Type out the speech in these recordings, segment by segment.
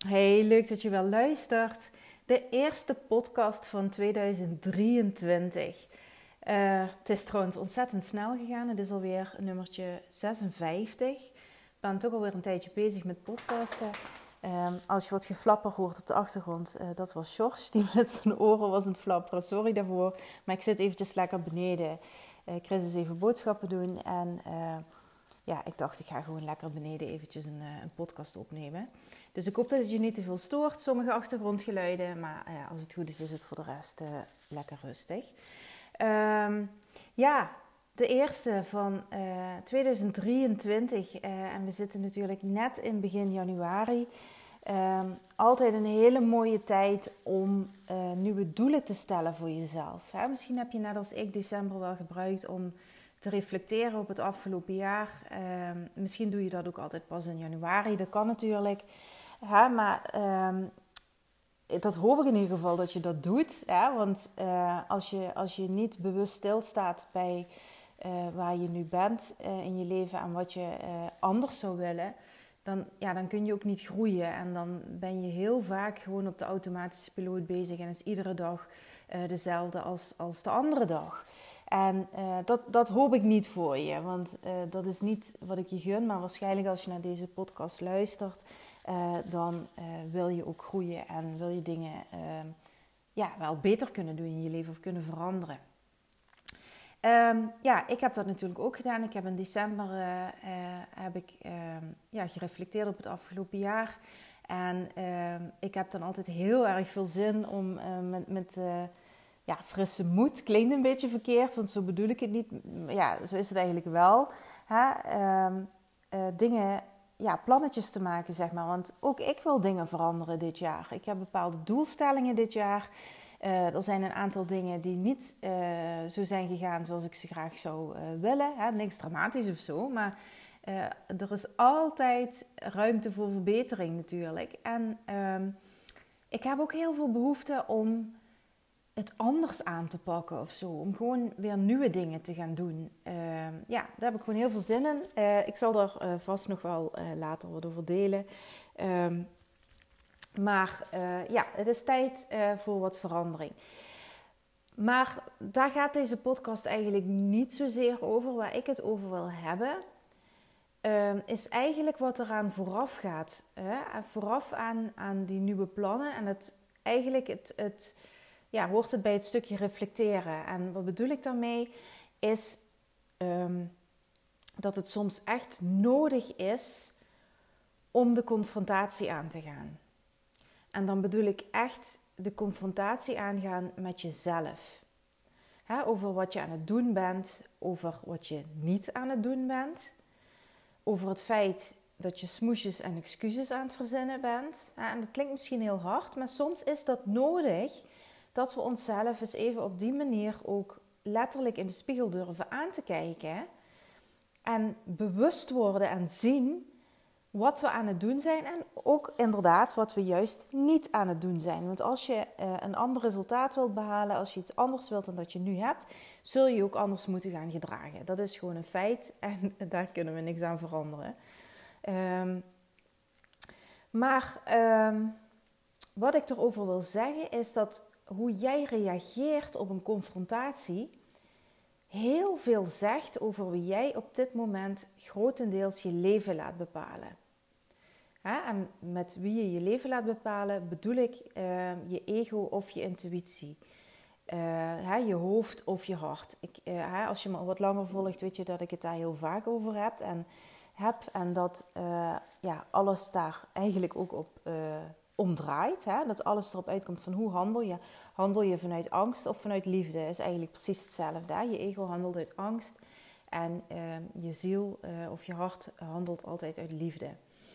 Hey, leuk dat je wel luistert. De eerste podcast van 2023. Het is trouwens ontzettend snel gegaan. Het is alweer nummertje 56. Ik ben toch alweer een tijdje bezig met podcasten. Als je wat geflapper hoort op de achtergrond, dat was George die met zijn oren was aan het flapperen. Sorry daarvoor, maar ik zit eventjes lekker beneden. Chris is even boodschappen doen en... ik dacht, ik ga gewoon lekker beneden eventjes een podcast opnemen. Dus ik hoop dat het je niet te veel stoort, sommige achtergrondgeluiden. Maar als het goed is het voor de rest lekker rustig. De eerste van 2023. En we zitten natuurlijk net in begin januari. Altijd een hele mooie tijd om nieuwe doelen te stellen voor jezelf. Hè? Misschien heb je net als ik december wel gebruikt om te reflecteren op het afgelopen jaar. Misschien doe je dat ook altijd pas in januari. Dat kan natuurlijk. Maar dat hoop ik in ieder geval dat je dat doet. Want als je niet bewust stilstaat bij waar je nu bent in je leven en wat je anders zou willen, dan kun je ook niet groeien. En dan ben je heel vaak gewoon op de automatische piloot bezig en is iedere dag dezelfde als de andere dag. En dat hoop ik niet voor je, want dat is niet wat ik je gun. Maar waarschijnlijk als je naar deze podcast luistert, dan wil je ook groeien en wil je dingen wel beter kunnen doen in je leven of kunnen veranderen. Ik heb dat natuurlijk ook gedaan. Ik heb in december gereflecteerd op het afgelopen jaar. En ik heb dan altijd heel erg veel zin om met frisse moed. Klinkt een beetje verkeerd, want zo bedoel ik het niet. Ja, zo is het eigenlijk wel. Plannetjes te maken, zeg maar. Want ook ik wil dingen veranderen dit jaar. Ik heb bepaalde doelstellingen dit jaar. Er zijn een aantal dingen die niet zo zijn gegaan zoals ik ze graag zou willen. Niks dramatisch of zo, maar er is altijd ruimte voor verbetering natuurlijk. En ik heb ook heel veel behoefte om het anders aan te pakken of zo. Om gewoon weer nieuwe dingen te gaan doen. Daar heb ik gewoon heel veel zin in. Ik zal er vast nog wel later wat over delen. Het is tijd voor wat verandering. Maar daar gaat deze podcast eigenlijk niet zozeer over. Waar ik het over wil hebben, is eigenlijk wat eraan vooraf gaat. Vooraf aan die nieuwe plannen. En hoort het bij het stukje reflecteren. En wat bedoel ik daarmee? Is dat het soms echt nodig is om de confrontatie aan te gaan. En dan bedoel ik echt de confrontatie aangaan met jezelf. Over wat je aan het doen bent, over wat je niet aan het doen bent. Over het feit dat je smoesjes en excuses aan het verzinnen bent. En dat klinkt misschien heel hard, maar soms is dat nodig dat we onszelf eens even op die manier ook letterlijk in de spiegel durven aan te kijken. En bewust worden en zien wat we aan het doen zijn. En ook inderdaad wat we juist niet aan het doen zijn. Want als je een ander resultaat wilt behalen, als je iets anders wilt dan dat je nu hebt, zul je ook anders moeten gaan gedragen. Dat is gewoon een feit en daar kunnen we niks aan veranderen. Wat ik erover wil zeggen is dat hoe jij reageert op een confrontatie heel veel zegt over wie jij op dit moment grotendeels je leven laat bepalen. En met wie je je leven laat bepalen bedoel ik je ego of je intuïtie. Je hoofd of je hart. Als je me al wat langer volgt, weet je dat ik het daar heel vaak over heb. En dat alles daar eigenlijk ook op omdraait. Dat alles erop uitkomt van hoe handel je. Handel je vanuit angst of vanuit liefde? Is eigenlijk precies hetzelfde. Je ego handelt uit angst. En je ziel of je hart handelt altijd uit liefde.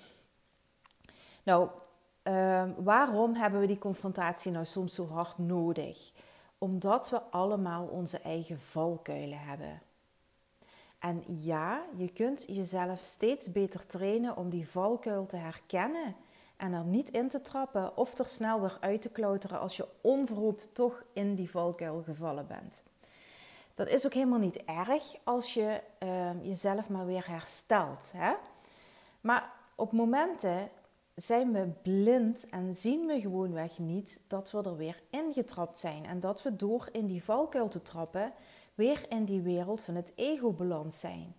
Nou, waarom hebben we die confrontatie nou soms zo hard nodig? Omdat we allemaal onze eigen valkuilen hebben. En ja, je kunt jezelf steeds beter trainen om die valkuil te herkennen en er niet in te trappen of er snel weer uit te klauteren als je onverhoopt toch in die valkuil gevallen bent. Dat is ook helemaal niet erg als je jezelf maar weer herstelt. Maar op momenten zijn we blind en zien we gewoonweg niet dat we er weer ingetrapt zijn. En dat we door in die valkuil te trappen weer in die wereld van het ego beland zijn.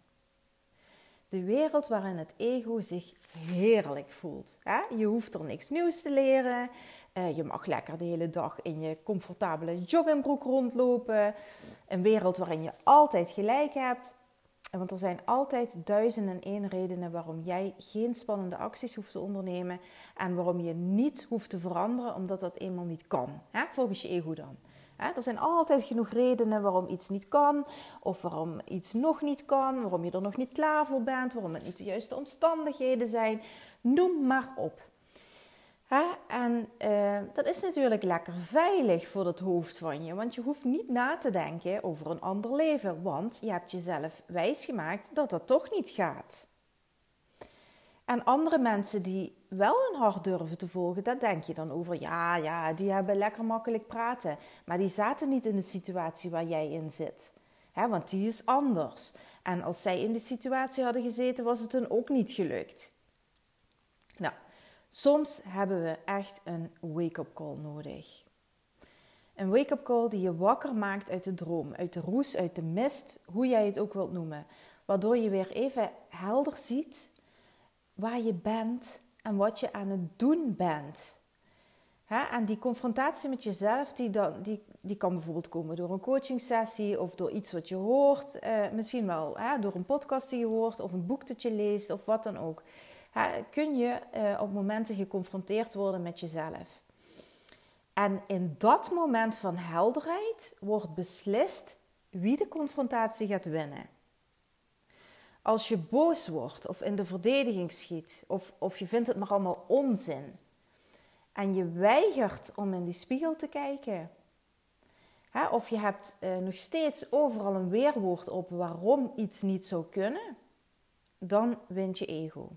De wereld waarin het ego zich heerlijk voelt. Je hoeft er niks nieuws te leren. Je mag lekker de hele dag in je comfortabele joggingbroek rondlopen. Een wereld waarin je altijd gelijk hebt. Want er zijn altijd 1001 redenen waarom jij geen spannende acties hoeft te ondernemen. En waarom je niets hoeft te veranderen, omdat dat eenmaal niet kan. Volgens je ego dan. Er zijn altijd genoeg redenen waarom iets niet kan. Of waarom iets nog niet kan. Waarom je er nog niet klaar voor bent. Waarom het niet de juiste omstandigheden zijn. Noem maar op. En dat is natuurlijk lekker veilig voor het hoofd van je. Want je hoeft niet na te denken over een ander leven. Want je hebt jezelf wijsgemaakt dat dat toch niet gaat. En andere mensen die wel hun hart durven te volgen, daar denk je dan over. Ja, die hebben lekker makkelijk praten. Maar die zaten niet in de situatie waar jij in zit. Want die is anders. En als zij in de situatie hadden gezeten, was het hun ook niet gelukt. Nou, soms hebben we echt een wake-up call nodig. Een wake-up call die je wakker maakt uit de droom, uit de roes, uit de mist, hoe jij het ook wilt noemen. Waardoor je weer even helder ziet waar je bent en wat je aan het doen bent. En die confrontatie met jezelf, die kan bijvoorbeeld komen door een coachingsessie of door iets wat je hoort. Misschien wel door een podcast die je hoort of een boek dat je leest of wat dan ook. Kun je op momenten geconfronteerd worden met jezelf. En in dat moment van helderheid wordt beslist wie de confrontatie gaat winnen. Als je boos wordt of in de verdediging schiet of je vindt het maar allemaal onzin en je weigert om in die spiegel te kijken, of je hebt nog steeds overal een weerwoord op waarom iets niet zou kunnen, dan wint je ego.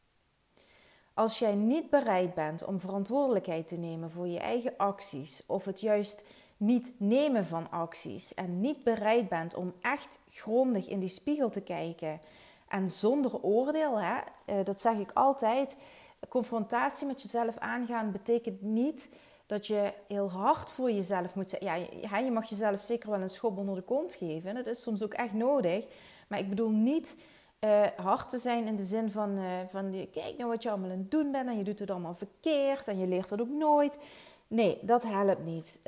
Als jij niet bereid bent om verantwoordelijkheid te nemen voor je eigen acties of het juist niet nemen van acties en niet bereid bent om echt grondig in die spiegel te kijken en zonder oordeel, dat zeg ik altijd, confrontatie met jezelf aangaan betekent niet dat je heel hard voor jezelf moet zijn. Ja, je mag jezelf zeker wel een schop onder de kont geven, dat is soms ook echt nodig, maar ik bedoel niet hard te zijn in de zin van kijk nou wat je allemaal aan het doen bent en je doet het allemaal verkeerd en je leert het ook nooit. Nee, dat helpt niet.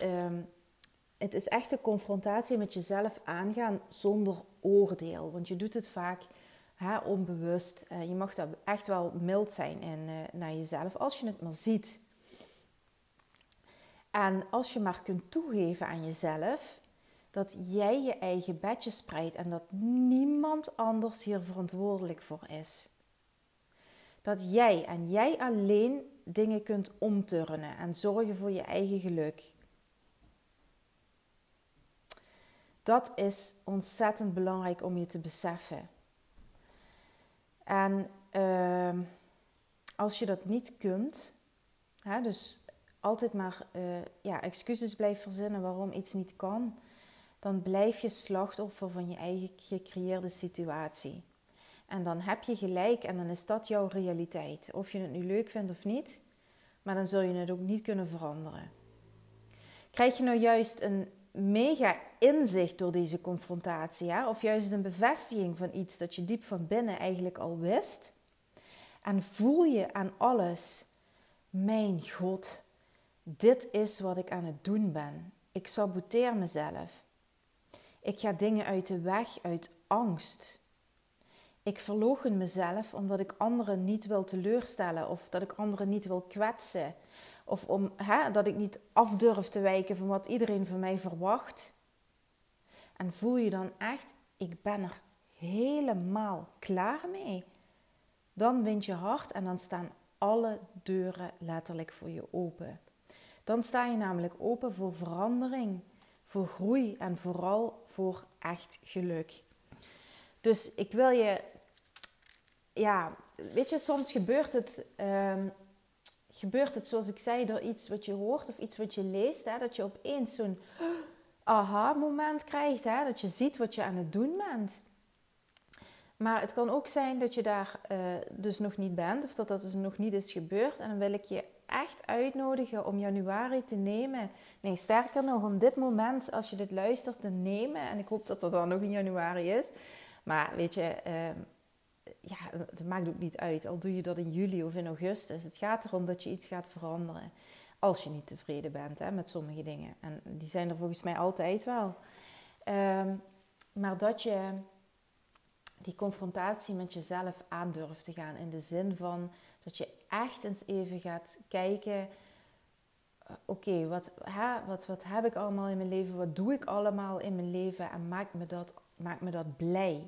Het is echt de confrontatie met jezelf aangaan zonder oordeel. Want je doet het vaak onbewust. Je mag daar echt wel mild zijn naar jezelf als je het maar ziet. En als je maar kunt toegeven aan jezelf dat jij je eigen bedje spreidt en dat niemand anders hier verantwoordelijk voor is. Dat jij en jij alleen dingen kunt omturnen en zorgen voor je eigen geluk. Dat is ontzettend belangrijk om je te beseffen. En als je dat niet kunt, dus altijd maar excuses blijft verzinnen waarom iets niet kan, dan blijf je slachtoffer van je eigen gecreëerde situatie. En dan heb je gelijk en dan is dat jouw realiteit. Of je het nu leuk vindt of niet, maar dan zul je het ook niet kunnen veranderen. Krijg je nou juist een mega inzicht door deze confrontatie, of juist een bevestiging van iets dat je diep van binnen eigenlijk al wist, en voel je aan alles, mijn God, dit is wat ik aan het doen ben. Ik saboteer mezelf. Ik ga dingen uit de weg uit angst. Ik verloochen mezelf omdat ik anderen niet wil teleurstellen of dat ik anderen niet wil kwetsen. Of dat ik niet af durf te wijken van wat iedereen van mij verwacht. En voel je dan echt, ik ben er helemaal klaar mee. Dan wint je hart en dan staan alle deuren letterlijk voor je open. Dan sta je namelijk open voor verandering, voor groei en vooral voor echt geluk. Dus ik wil je, weet je, soms gebeurt het zoals ik zei door iets wat je hoort of iets wat je leest, dat je opeens zo'n aha-moment krijgt, dat je ziet wat je aan het doen bent. Maar het kan ook zijn dat je daar dus nog niet bent. Of dat dus nog niet is gebeurd. En dan wil ik je echt uitnodigen om januari te nemen. Nee, sterker nog, om dit moment, als je dit luistert, te nemen. En ik hoop dat dat dan nog in januari is. Maar weet je, ja, het maakt ook niet uit. Al doe je dat in juli of in augustus. Het gaat erom dat je iets gaat veranderen. Als je niet tevreden bent met sommige dingen. En die zijn er volgens mij altijd wel. Maar dat je die confrontatie met jezelf aan durft te gaan. In de zin van dat je echt eens even gaat kijken. Oké, wat heb ik allemaal in mijn leven? Wat doe ik allemaal in mijn leven? En maakt me dat blij?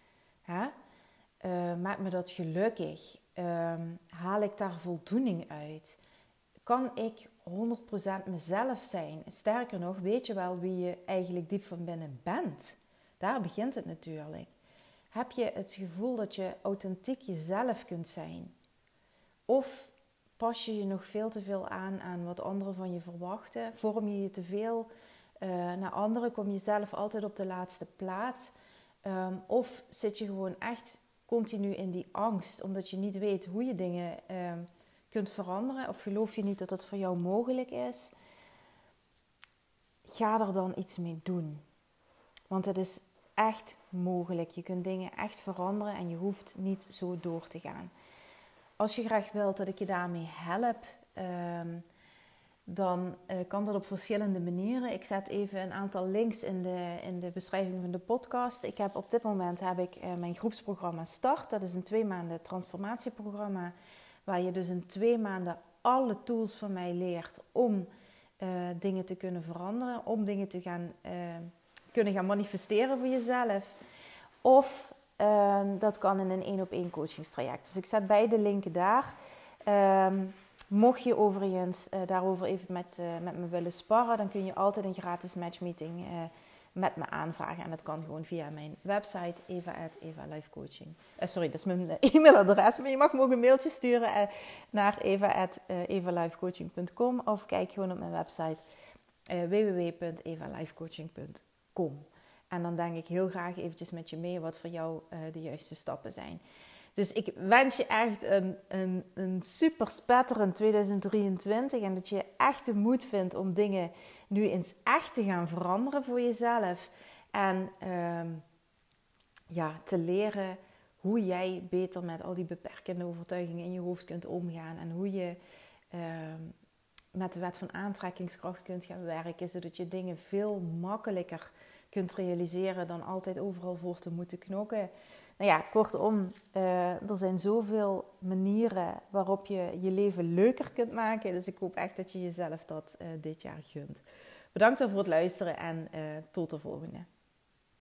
Maakt me dat gelukkig? Haal ik daar voldoening uit? Kan ik 100% mezelf zijn? Sterker nog, weet je wel wie je eigenlijk diep van binnen bent? Daar begint het natuurlijk. Heb je het gevoel dat je authentiek jezelf kunt zijn? Of pas je je nog veel te veel aan wat anderen van je verwachten? Vorm je je te veel naar anderen? Kom je zelf altijd op de laatste plaats? Of zit je gewoon echt continu in die angst, omdat je niet weet hoe je dingen kunt veranderen? Of geloof je niet dat dat voor jou mogelijk is? Ga er dan iets mee doen. Want het is echt mogelijk. Je kunt dingen echt veranderen en je hoeft niet zo door te gaan. Als je graag wilt dat ik je daarmee help, dan kan dat op verschillende manieren. Ik zet even een aantal links in de beschrijving van de podcast. Op dit moment heb ik mijn groepsprogramma Start. Dat is een 2 maanden transformatieprogramma. Waar je dus in 2 maanden alle tools van mij leert om dingen te kunnen veranderen. Om dingen te kunnen gaan manifesteren voor jezelf. Of dat kan in een 1-op-1 coachingstraject. Dus ik zet beide linken daar. Mocht je overigens daarover even met me willen sparren, dan kun je altijd een gratis matchmeeting met me aanvragen. En dat kan gewoon via mijn website eva@evalifecoaching. Sorry, dat is mijn e-mailadres. Maar je mag me ook een mailtje sturen naar eva@evalifecoaching.com of kijk gewoon op mijn website www.evalifecoaching.com. En dan denk ik heel graag eventjes met je mee wat voor jou de juiste stappen zijn. Dus ik wens je echt een super spetterend 2023. En dat je echt de moed vindt om dingen nu eens echt te gaan veranderen voor jezelf. En te leren hoe jij beter met al die beperkende overtuigingen in je hoofd kunt omgaan. En hoe je met de wet van aantrekkingskracht kunt gaan werken. Zodat je dingen veel makkelijker kunt realiseren dan altijd overal voor te moeten knokken. Nou ja, kortom, er zijn zoveel manieren waarop je je leven leuker kunt maken. Dus ik hoop echt dat je jezelf dat dit jaar gunt. Bedankt voor het luisteren en tot de volgende.